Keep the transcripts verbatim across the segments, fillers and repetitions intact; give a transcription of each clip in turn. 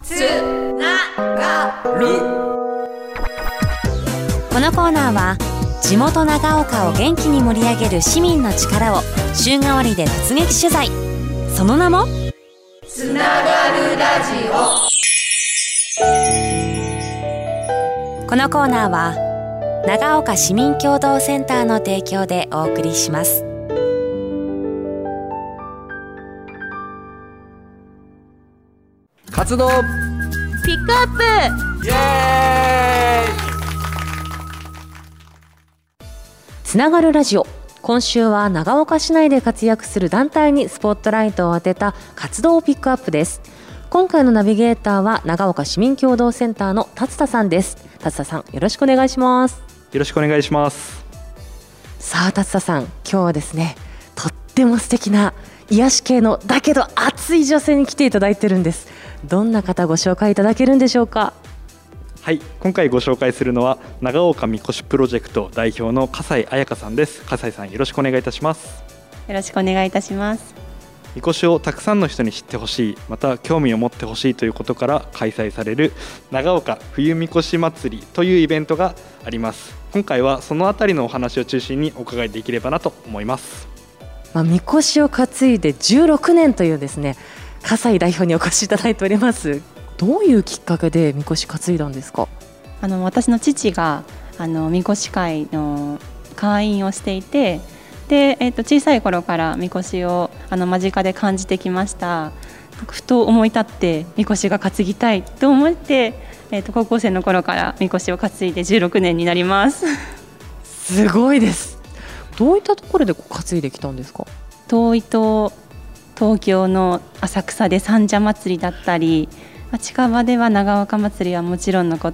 つながる。 このコーナーは地元長岡を元気に盛り上げる市民の力を週替わりで突撃取材。その名もつながるラジオ。このコーナーは長岡市民協同センターの提供でお送りします。 活動ピックアップ。 イエーイ。 つながるラジオ。今週は長岡市内で活躍する団体にスポットライトを当てた活動ピックアップです。今回のナビゲーターは長岡市民協同センターの達田さんです。達田さん、よろしくお願いします。 よろしくお願いします。 さあ達田さん、今日はですね、とっても素敵な癒し系のだけど熱い女性に来ていただいてるんです。どんな方ご紹介いただけるんでしょうか。 はい、今回ご紹介するのは長岡みこしプロジェクト代表の笠井彩香さんです。笠井さん、よろしくお願いいたします。 よろしくお願いいたします。 みこしをたくさんの人に知ってほしい、また興味を持ってほしいということから開催される長岡冬みこし祭りというイベントがあります。今回はそのあたりのお話を中心にお伺いできればなと思います。 まあ、みこしを担いでじゅうろくねんというですね、笠井代表にお越しいただいております。どういうきっかけでみこし担いだんですか。 あの私の父があのみこし会の会員をしていて、で、えー、と小さい頃からみこしをあの間近で感じてきました。ふと思い立ってみこしが担ぎたいと思って、えー、と高校生の頃からみこしを担いでじゅうろくねんになります。 すごいです。どういったところでこう担いできたんですか。 遠いと東京の浅草で三社祭りだったり、近場では長岡祭りはもちろんのこと、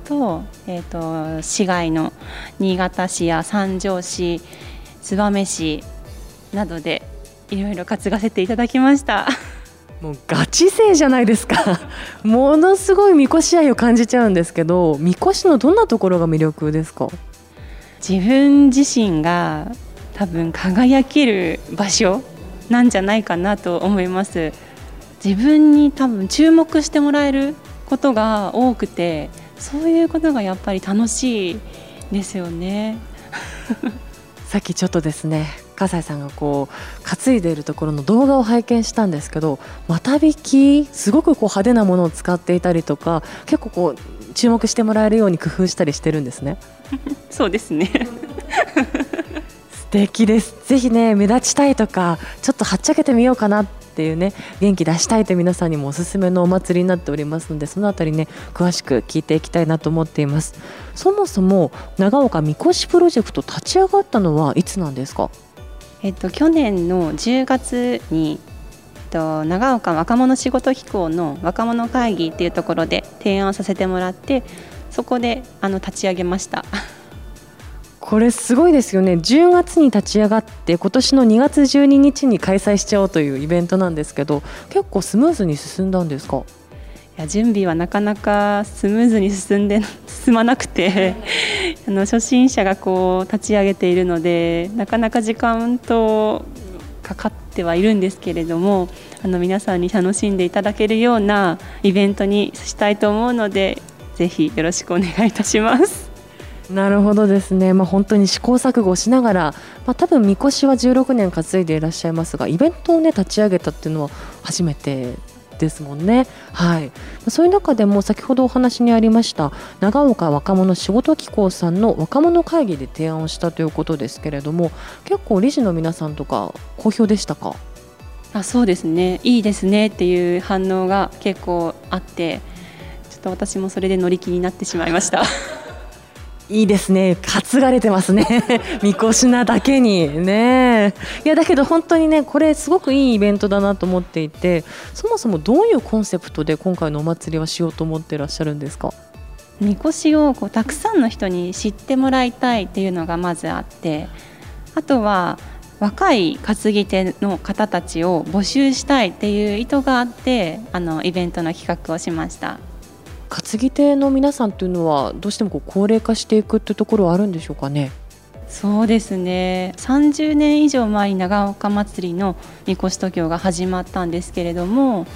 えー、と市外の新潟市や三条市、燕市などでいろいろ担がせていただきました。 もうガチ勢じゃないですか。ものすごいみこし愛を感じちゃうんですけど、みこしのどんなところが魅力ですか。 自分自身が多分輝ける場所なんじゃないかなと思います。自分に多分注目してもらえることが多くて、そういうことがやっぱり楽しいですよね。 さっきちょっとですね、笠井さんがこう担いでいるところの動画を拝見したんですけど、股引きすごくこう派手なものを使っていたりとか、結構こう注目してもらえるように工夫したりしてるんですね。 そうですね。 素敵です。ぜひね、目立ちたいとかちょっとはっちゃけてみようかなっていうね、元気出したいという皆さんにもおすすめのお祭りになっておりますので、そのあたりね、詳しく聞いていきたいなと思っています。そもそも長岡みこしプロジェクト立ち上がったのはいつなんですか。 えっと、去年のじゅうがつに、えっと、長岡若者仕事機構の若者会議っていうところで提案させてもらって、そこであの立ち上げました。 これすごいですよね。じゅうがつに立ち上がって今年のにがつじゅうににちに開催しちゃおうというイベントなんですけど、結構スムーズに進んだんですか。 いや、準備はなかなかスムーズに進んで進まなくてあの初心者がこう立ち上げているので、なかなか時間とかかってはいるんですけれども、あの皆さんに楽しんでいただけるようなイベントにしたいと思うので、ぜひよろしくお願いいたします。 なるほどですね。まあ、本当に試行錯誤しながら、まあ、多分みこしはじゅうろくねん担いでいらっしゃいますが、イベントを、ね、立ち上げたっていうのは初めてですもんね。はい、そういう中でも先ほどお話にありました長岡若者仕事機構さんの若者会議で提案をしたということですけれども、結構理事の皆さんとか好評でしたか。 あ、そうですね、いいですねっていう反応が結構あって、ちょっと私もそれで乗り気になってしまいました。 いいですね、担がれてますね。みこしなだけにね。いやだけど本当にね、これすごくいいイベントだなと思っていて、そもそもどういうコンセプトで今回のお祭りはしようと思っていらっしゃるんですか。 みこしをこうたくさんの人に知ってもらいたいっていうのがまずあって、あとは若い担ぎ手の方たちを募集したいっていう意図があって、あのイベントの企画をしました。 担ぎ手の皆さんというのはどうしてもこう高齢化していくってところはあるんでしょうかね。 そうですね、さんじゅうねん以上前に長岡祭りのみこし渡御が始まったんですけれども、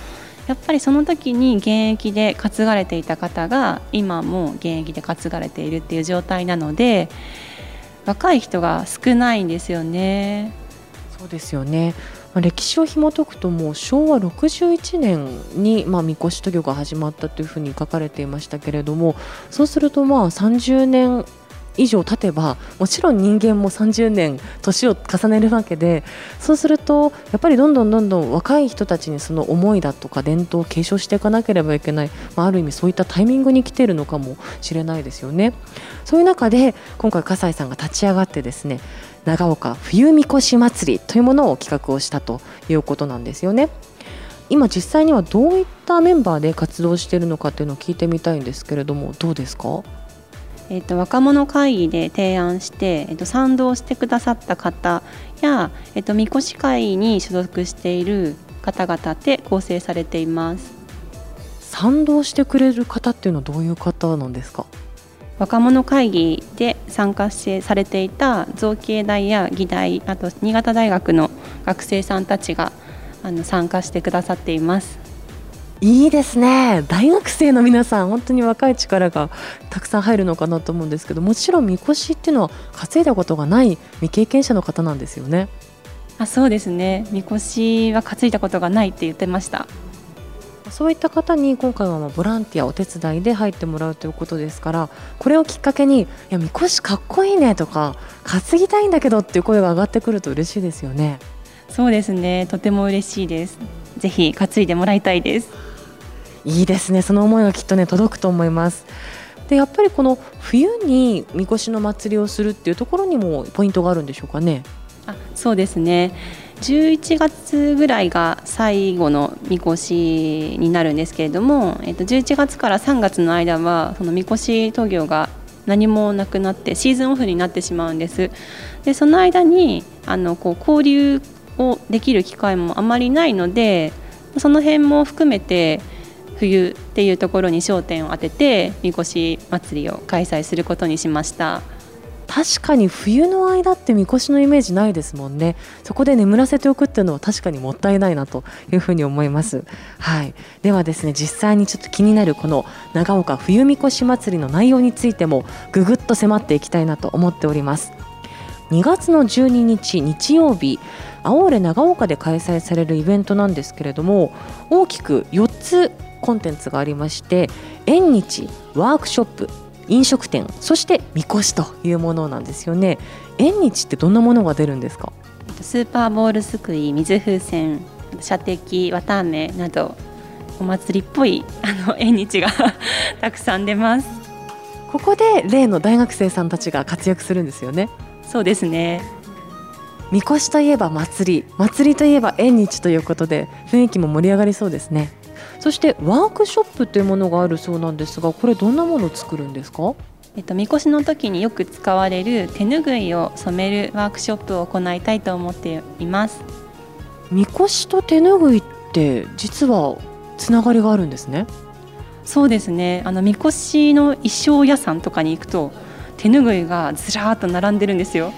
やっぱりその時に現役で担がれていた方が今も現役で担がれているっていう状態なので、若い人が少ないんですよね。 そうですよね。歴史を紐解くともうしょうわろくじゅういちねんに、まあ、みこし渡御が始まったというふうに書かれていましたけれども、そうするとまあさんじゅうねん以上経てばもちろん人間もさんじゅうねん年を重ねるわけで、そうするとやっぱりどんどんどんどん若い人たちにその思いだとか伝統を継承していかなければいけない、まあ、ある意味そういったタイミングに来ているのかもしれないですよね。そういう中で今回笠井さんが立ち上がってですね、長岡冬みこし祭りというものを企画をしたということなんですよね。今実際にはどういったメンバーで活動しているのかというのを聞いてみたいんですけれども、どうですか？ えー、と若者会議で提案して、えー、と賛同してくださった方や、えー、とみこし会に所属している方々で構成されています。 賛同してくれる方っていうのはどういう方なんですか？ 若者会議で参加してされていた造形大や技大、あと新潟大学の学生さんたちがあの参加してくださっています。 いいですね。大学生の皆さん、本当に若い力がたくさん入るのかなと思うんですけど、もちろんみこしっていうのは担いだことがない未経験者の方なんですよね。 あ、そうですね。みこしは担いだことがないって言ってました。 そういった方に今回はまあボランティアお手伝いで入ってもらうということですから、これをきっかけにいやみこしかっこいいねとか担ぎたいんだけどっていう声が上がってくると嬉しいですよね。 そうですね。とても嬉しいです。ぜひ担いでもらいたいです。 いいですね。その思いがきっとね届くと思います。でやっぱりこの冬にみこしの祭りをするっていうところにもポイントがあるんでしょうかね。 あ、そうですね。じゅういちがつぐらいが最後のみこしになるんですけれども、えっと、じゅういちがつからさんがつの間はそのみこし渡御が何もなくなってシーズンオフになってしまうんです。でその間にあのこう交流をできる機会もあまりないので、その辺も含めて冬っていうところに焦点を当ててみこし祭りを開催することにしました。 確かに冬の間ってみこしのイメージないですもんね。そこで眠らせておくっていうのは確かにもったいないなというふうに思います。はい、ではですね、実際にちょっと気になるこの長岡冬みこし祭りの内容についてもぐぐっと迫っていきたいなと思っております。にがつのじゅうににち日曜日、青レ長岡で開催されるイベントなんですけれども、大きくよっつコンテンツがありまして、縁日、ワークショップ、飲食店、そしてみこしというものなんですよね。縁日ってどんなものが出るんですか？ スーパーボールすくい、水風船、射的、綿あめなどお祭りっぽいあの縁日がたくさん出ます。 ここで例の大学生さんたちが活躍するんですよね。 そうですね。 みこしといえば祭り、祭りといえば縁日ということで雰囲気も盛り上がりそうですね。そしてワークショップというものがあるそうなんですが、これどんなものを作るんですか？ えっと、みこしの時によく使われる手ぬぐいを染めるワークショップを行いたいと思っています。 みこしと手ぬぐいって実はつながりがあるんですね。 そうですね。あのみこしの衣装屋さんとかに行くと手ぬぐいがずらーっと並んでるんですよ。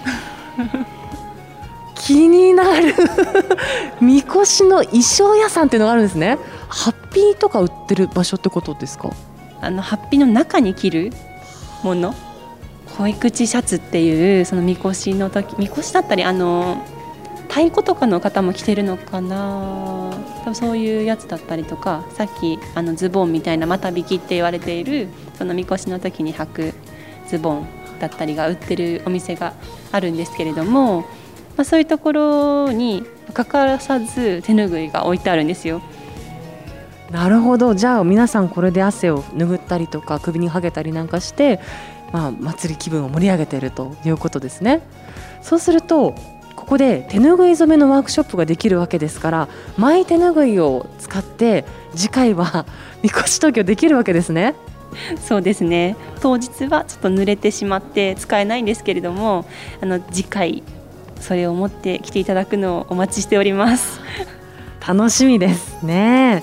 気になるみこしの衣装屋さんっていうのがあるんですね。ハッピーとか売ってる場所ってことですか？ あのハッピーの中に着るもの、恋口シャツっていうそのみこしの時、みこしだったりあの太鼓とかの方も着てるのかな、多分そういうやつだったりとか、さっきあのズボンみたいな股引きって言われているそのみこしの時に履くズボンだったりが売ってるお店があるんですけれども、まあ、そういうところに欠かさず手ぬぐいが置いてあるんですよ。 なるほど。じゃあ皆さんこれで汗を拭ったりとか首にはげたりなんかして、まあ、祭り気分を盛り上げているということですね。そうするとここで手ぬぐい染めのワークショップができるわけですから、マイ手ぬぐいを使って次回はみこし渡御できるわけですね。 そうですね。当日はちょっと濡れてしまって使えないんですけれども、あの次回それを持って来ていただくのをお待ちしております。 楽しみですね。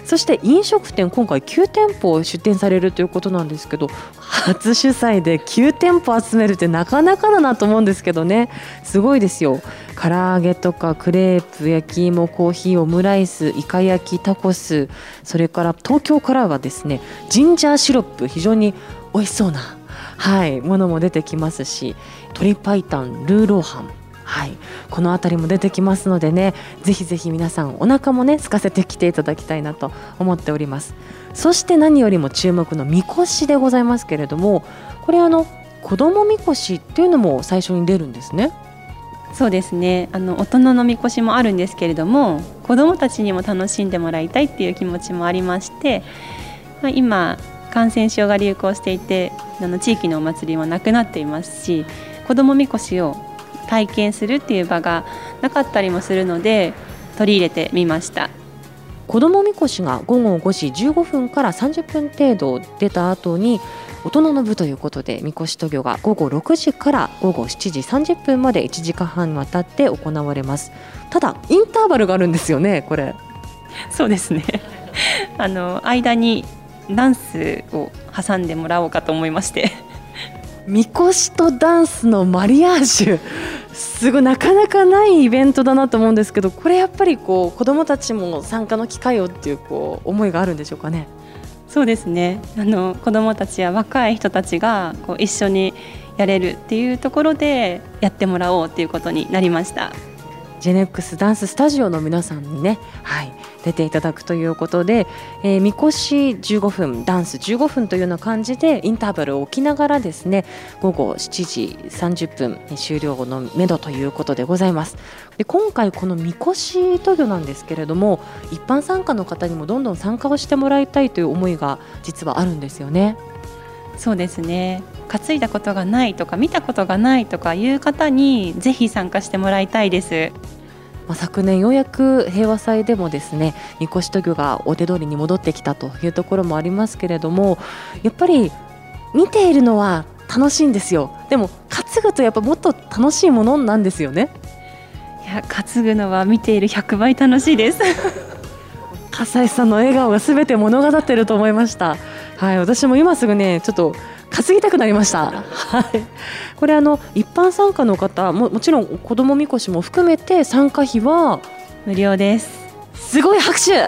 そして飲食店今回きゅうてんぽ出店されるということなんですけど、初主催できゅうてんぽ集めるってなかなかだなと思うんですけどね。すごいですよ。唐揚げとかクレープ、焼き芋、コーヒー、オムライス、イカ焼き、タコス、それから東京からはですねジンジャーシロップ、非常に美味しそうな、はい、ものも出てきますし、鶏白湯、ルーローハン、はい、このあたりも出てきますのでね、ぜひぜひ皆さんお腹もね空かせてきていただきたいなと思っております。そして何よりも注目のみこしでございますけれども、これあの子どもみこしっていうのも最初に出るんですね。 そうですね、あの大人のみこしもあるんですけれども、子どもたちにも楽しんでもらいたいっていう気持ちもありまして、まあ、今感染症が流行していて、あの地域のお祭りもなくなっていますし、子どもみこしを体験するっていう場がなかったりもするので取り入れてみました。 子どもみこしがごごごじじゅうごふんからさんじゅっぷん程度出た後に大人の部ということで、みこし渡御がごごろくじからごごしちじさんじゅっぷんまでいちじかんはんにわたって行われます。ただインターバルがあるんですよね、これ。 そうですねあの間にダンスを挟んでもらおうかと思いましてみこしとダンスのマリアージュ、すごいなかなかないイベントだなと思うんですけど、これやっぱりこう子どもたちも参加の機会をっていうこう思いがあるんでしょうかね。 そうですね、あの子どもたちや若い人たちがこう一緒にやれるっていうところでやってもらおうということになりました。 ジェネックスダンススタジオの皆さんにね、はい、出ていただくということで、えー、みこしじゅうごふん、ダンスじゅうごふんというような感じでインターバルを置きながらですね、ごごしちじさんじゅっぷん終了のめどということでございます。で今回このみこし渡御なんですけれども、一般参加の方にもどんどん参加をしてもらいたいという思いが実はあるんですよね。 そうですね、担いだことがないとか見たことがないとかいう方にぜひ参加してもらいたいです。 まあ、昨年ようやく平和祭でもですね、みこし渡御がお手通りに戻ってきたというところもありますけれども、やっぱり見ているのは楽しいんですよ。でも担ぐとやっぱもっと楽しいものなんですよね。 いや、担ぐのは見ているひゃくばい楽しいです笠井さんの笑顔がすべて物語っていると思いました。はい、私も今すぐねちょっと担ぎたくなりました。はい、これあの一般参加の方ももちろん子どもみこしも含めて参加費は無料です。 すごい拍手。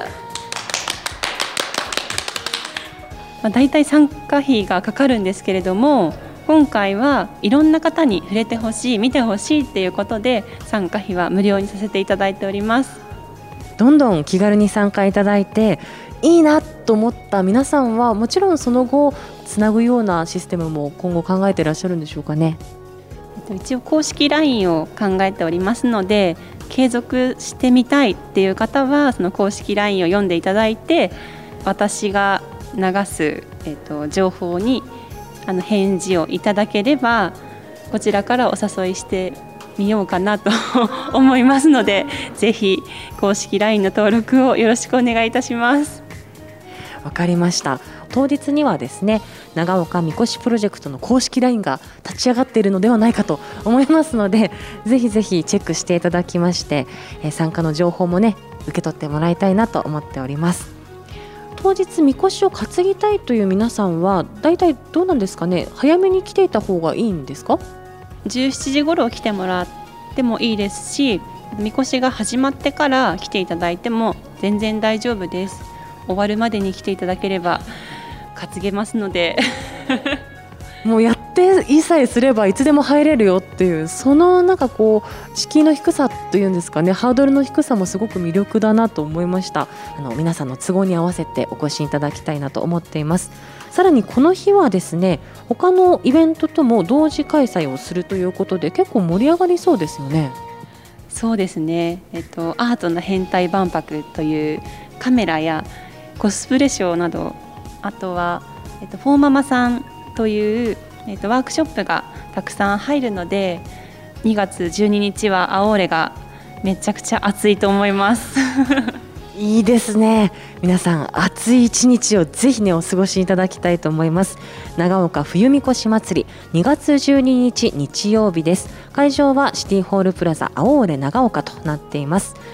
まあ、だいたい参加費がかかるんですけれども、今回はいろんな方に触れてほしい、見てほしいっていうことで参加費は無料にさせていただいております。 どんどん気軽に参加いただいて、いいなと思った皆さんはもちろんその後つなぐようなシステムも今後考えていらっしゃるんでしょうかね。 一応公式 ライン を考えておりますので、継続してみたいっていう方はその公式 ライン を読んでいただいて、私が流す、えっと、情報にあの返事をいただければ、こちらからお誘いしてみようかなと思いますので、ぜひ公式 ライン の登録をよろしくお願いいたします。 わかりました。当日にはですね、長岡みこしプロジェクトの公式 ライン が立ち上がっているのではないかと思いますので、ぜひぜひチェックしていただきまして、えー、参加の情報もね受け取ってもらいたいなと思っております。当日みこしを担ぎたいという皆さんはだいたいどうなんですかね。早めに来ていた方がいいんですか。 じゅうしちじ頃来てもらってもいいですし、みこしが始まってから来ていただいても全然大丈夫です。終わるまでに来ていただければ担げますのでもうやっていさえすればいつでも入れるよっていう、そのなんかこう敷居の低さというんですかね、ハードルの低さもすごく魅力だなと思いました。あの皆さんの都合に合わせてお越しいただきたいなと思っています。さらにこの日はですね、他のイベントとも同時開催をするということで結構盛り上がりそうですよね。 そうですね、えっと、アートな変態万博というカメラやコスプレショーなど、あとは、えっと、フォーママさんという、えっと、ワークショップがたくさん入るので、にがつじゅうににちはアオーレがめちゃくちゃ暑いと思いますいいですね。皆さん暑い一日をぜひねお過ごしいただきたいと思います。長岡冬みこし祭りにがつじゅうににち日曜日です。会場はシティホールプラザアオーレ長岡となっています。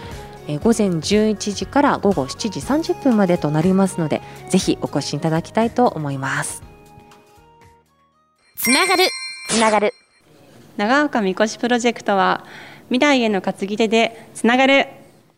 えー、午前じゅういちじから午後しちじさんじゅっぷんまでとなりますので、ぜひお越しいただきたいと思います。 つながるつながる長岡みこしプロジェクトは未来への担ぎ手でつながる。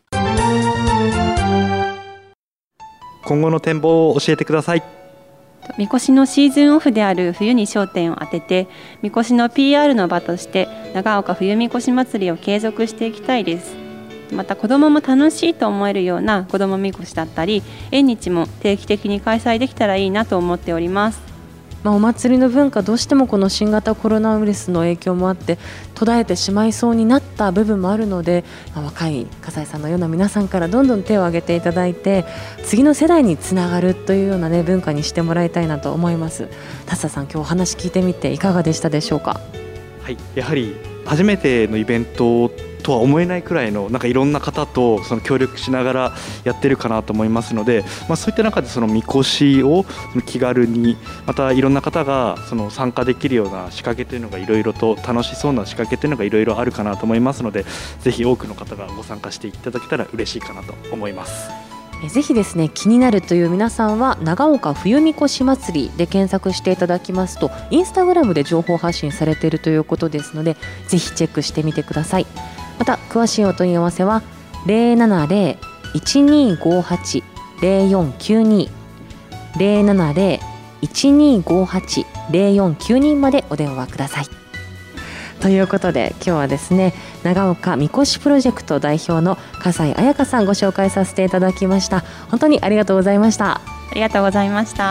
今後の展望を教えてください。 みこしのシーズンオフである冬に焦点を当てて、みこしの ピーアール の場として長岡冬みこし祭りを継続していきたいです。また子どもも楽しいと思えるような子どもみこしだったり縁日も定期的に開催できたらいいなと思っております。 まあ、お祭りの文化どうしてもこの新型コロナウイルスの影響もあって途絶えてしまいそうになった部分もあるので、まあ、若い笠井さんのような皆さんからどんどん手を挙げていただいて次の世代につながるというような、ね、文化にしてもらいたいなと思います。田佐さん、今日お話聞いてみていかがでしたでしょうか。 はい、やはり初めてのイベントとは思えないくらいのなんかいろんな方とその協力しながらやってるかなと思いますので、まあ、そういった中でそのみこしをその気軽にまたいろんな方がその参加できるような仕掛けというのがいろいろと楽しそうな仕掛けというのがいろいろあるかなと思いますので、ぜひ多くの方がご参加していただけたら嬉しいかなと思います。 ぜひですね、気になるという皆さんは長岡冬みこし祭りで検索していただきますとインスタグラムで情報発信されているということですので、ぜひチェックしてみてください。また詳しいお問い合わせは ゼロななゼロ いちにごはち ゼロよんきゅうに ゼロななゼロ いちにごはち ゼロよんきゅうにまでお電話ください。ということで今日はですね、長岡みこしプロジェクト代表の笠井彩香さんご紹介させていただきました。本当にありがとうございました。 ありがとうございました。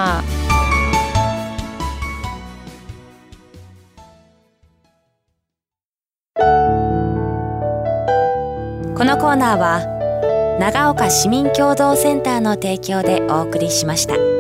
このコーナーは長岡市民協同センターの提供でお送りしました。